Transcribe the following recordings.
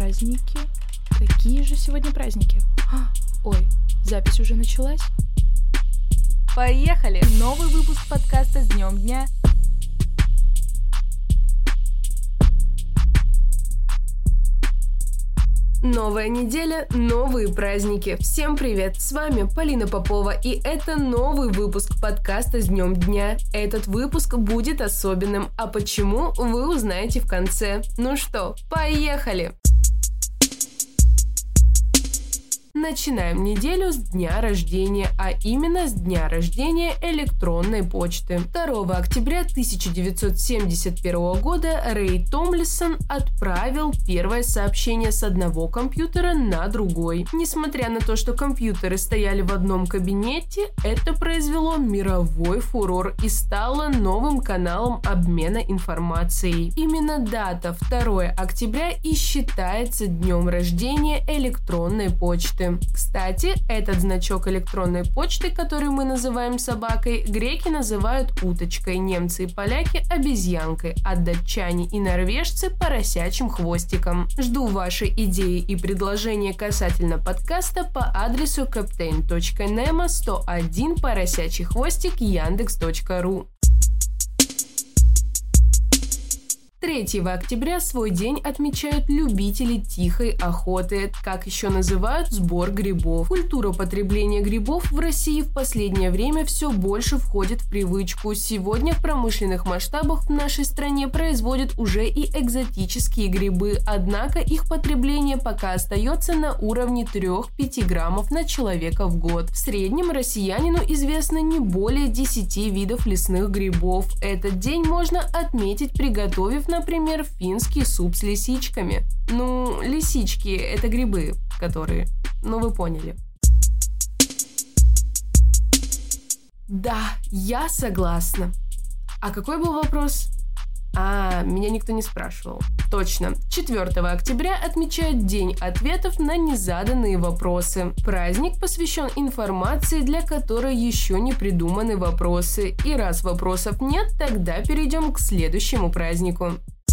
Праздники? Какие же сегодня праздники? Ой, запись уже началась? Поехали! Новый выпуск подкаста с Днем Дня. Новая неделя, новые праздники. Всем привет! С вами Полина Попова, и это новый выпуск подкаста с Днем Дня. Этот выпуск будет особенным, а почему, вы узнаете в конце. Ну что, поехали! Начинаем неделю с дня рождения, а именно с дня рождения электронной почты. 2 октября 1971 года Рэй Томлинсон отправил первое сообщение с одного компьютера на другой. Несмотря на то, что компьютеры стояли в одном кабинете, это произвело мировой фурор и стало новым каналом обмена информацией. Именно дата 2 октября и считается днем рождения электронной почты. Кстати, этот значок электронной почты, который мы называем собакой, греки называют уточкой, немцы и поляки – обезьянкой, а датчане и норвежцы – поросячьим хвостиком. Жду ваши идеи и предложения касательно подкаста по адресу captain.nemo 101 поросячий хвостик яндекс.ру. 3 октября свой день отмечают любители тихой охоты, как еще называют сбор грибов. Культура потребления грибов в России в последнее время все больше входит в привычку. Сегодня в промышленных масштабах в нашей стране производят уже и экзотические грибы, однако их потребление пока остается на уровне 3-5 граммов на человека в год. В среднем россиянину известно не более 10 видов лесных грибов. Этот день можно отметить, приготовив, например, финский суп с лисичками. Ну, лисички – это грибы, которые… Ну, вы поняли. Да, я согласна. А какой был вопрос? Меня никто не спрашивал. Точно. 4 октября отмечают День ответов на незаданные вопросы. Праздник посвящен информации, для которой еще не придуманы вопросы. И раз вопросов нет, тогда перейдем к следующему празднику.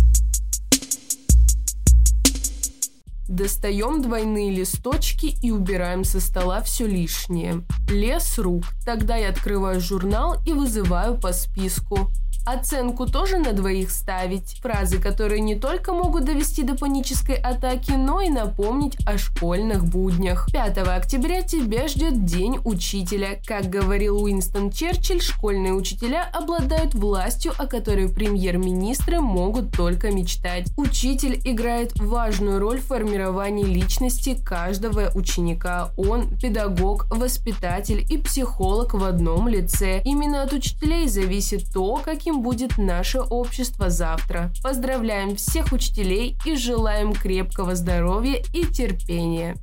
Достаем двойные листочки и убираем со стола все лишнее. Лес рук. Тогда я открываю журнал и вызываю по списку. Оценку тоже на двоих ставить. Фразы, которые не только могут довести до панической атаки, но и напомнить о школьных буднях. 5 октября тебя ждет День учителя. Как говорил Уинстон Черчилль, школьные учителя обладают властью, о которой премьер-министры могут только мечтать. Учитель играет важную роль в формировании личности каждого ученика. Он педагог, воспитатель и психолог в одном лице. Именно от учителей зависит то, каким будет наше общество завтра. Поздравляем всех учителей и желаем крепкого здоровья и терпения.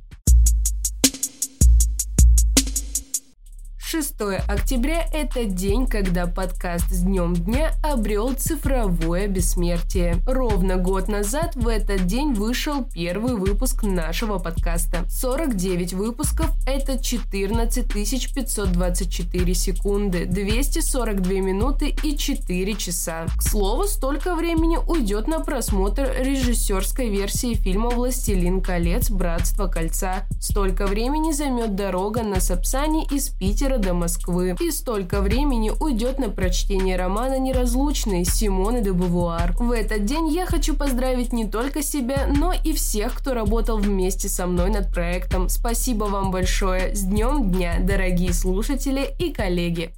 6 октября – это день, когда подкаст с Днем Дня обрел цифровое бессмертие. Ровно год назад в этот день вышел первый выпуск нашего подкаста. 49 выпусков – это 14 524 секунды, 242 минуты и 4 часа. К слову, столько времени уйдет на просмотр режиссерской версии фильма «Властелин колец. Братство кольца». Столько времени займет дорога на Сапсане из Питера до Москвы. И столько времени уйдет на прочтение романа «Неразлучные» Симоны де Бувуар. В этот день я хочу поздравить не только себя, но и всех, кто работал вместе со мной над проектом. Спасибо вам большое. С Днем Дня, дорогие слушатели и коллеги!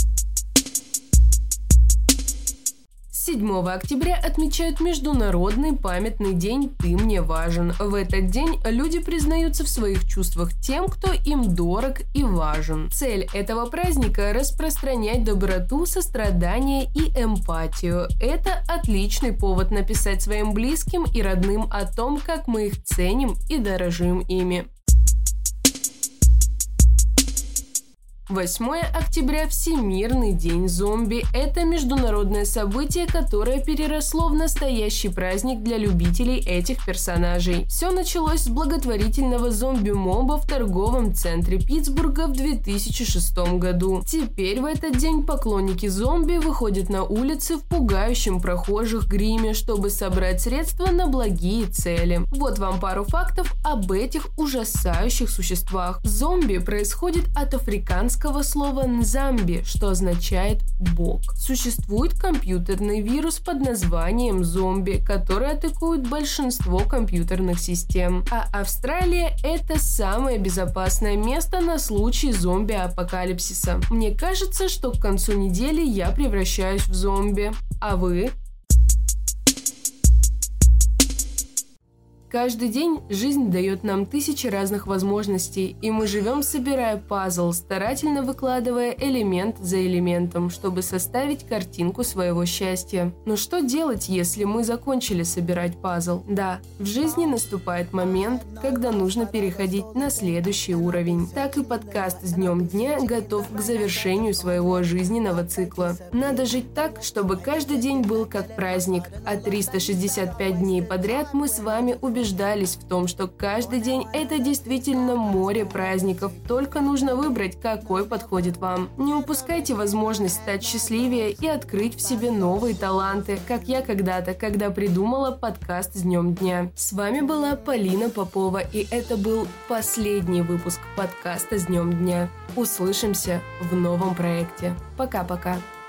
7 октября отмечают Международный памятный день «Ты мне важен». В этот день люди признаются в своих чувствах тем, кто им дорог и важен. Цель этого праздника – распространять доброту, сострадание и эмпатию. Это отличный повод написать своим близким и родным о том, как мы их ценим и дорожим ими. 8 октября – Всемирный день зомби. Это международное событие, которое переросло в настоящий праздник для любителей этих персонажей. Все началось с благотворительного зомби-моба в торговом центре Питтсбурга в 2006 году. Теперь в этот день поклонники зомби выходят на улицы в пугающем прохожих гриме, чтобы собрать средства на благие цели. Вот вам пару фактов об этих ужасающих существах. Зомби происходит от африканского слова «нзамби», что означает «бог». Существует компьютерный вирус под названием «зомби», который атакует большинство компьютерных систем. А Австралия – это самое безопасное место на случай зомби-апокалипсиса. Мне кажется, что к концу недели я превращаюсь в зомби. А вы? Каждый день жизнь дает нам тысячи разных возможностей, и мы живем, собирая пазл, старательно выкладывая элемент за элементом, чтобы составить картинку своего счастья. Но что делать, если мы закончили собирать пазл? Да, в жизни наступает момент, когда нужно переходить на следующий уровень. Так и подкаст с днем дня готов к завершению своего жизненного цикла. Надо жить так, чтобы каждый день был как праздник, а 365 дней подряд мы с вами убеждались в том, что каждый день – это действительно море праздников, только нужно выбрать, какой подходит вам. Не упускайте возможность стать счастливее и открыть в себе новые таланты, как я когда-то, когда придумала подкаст с днем дня. С вами была Полина Попова, и это был последний выпуск подкаста с днем дня. Услышимся в новом проекте. Пока-пока.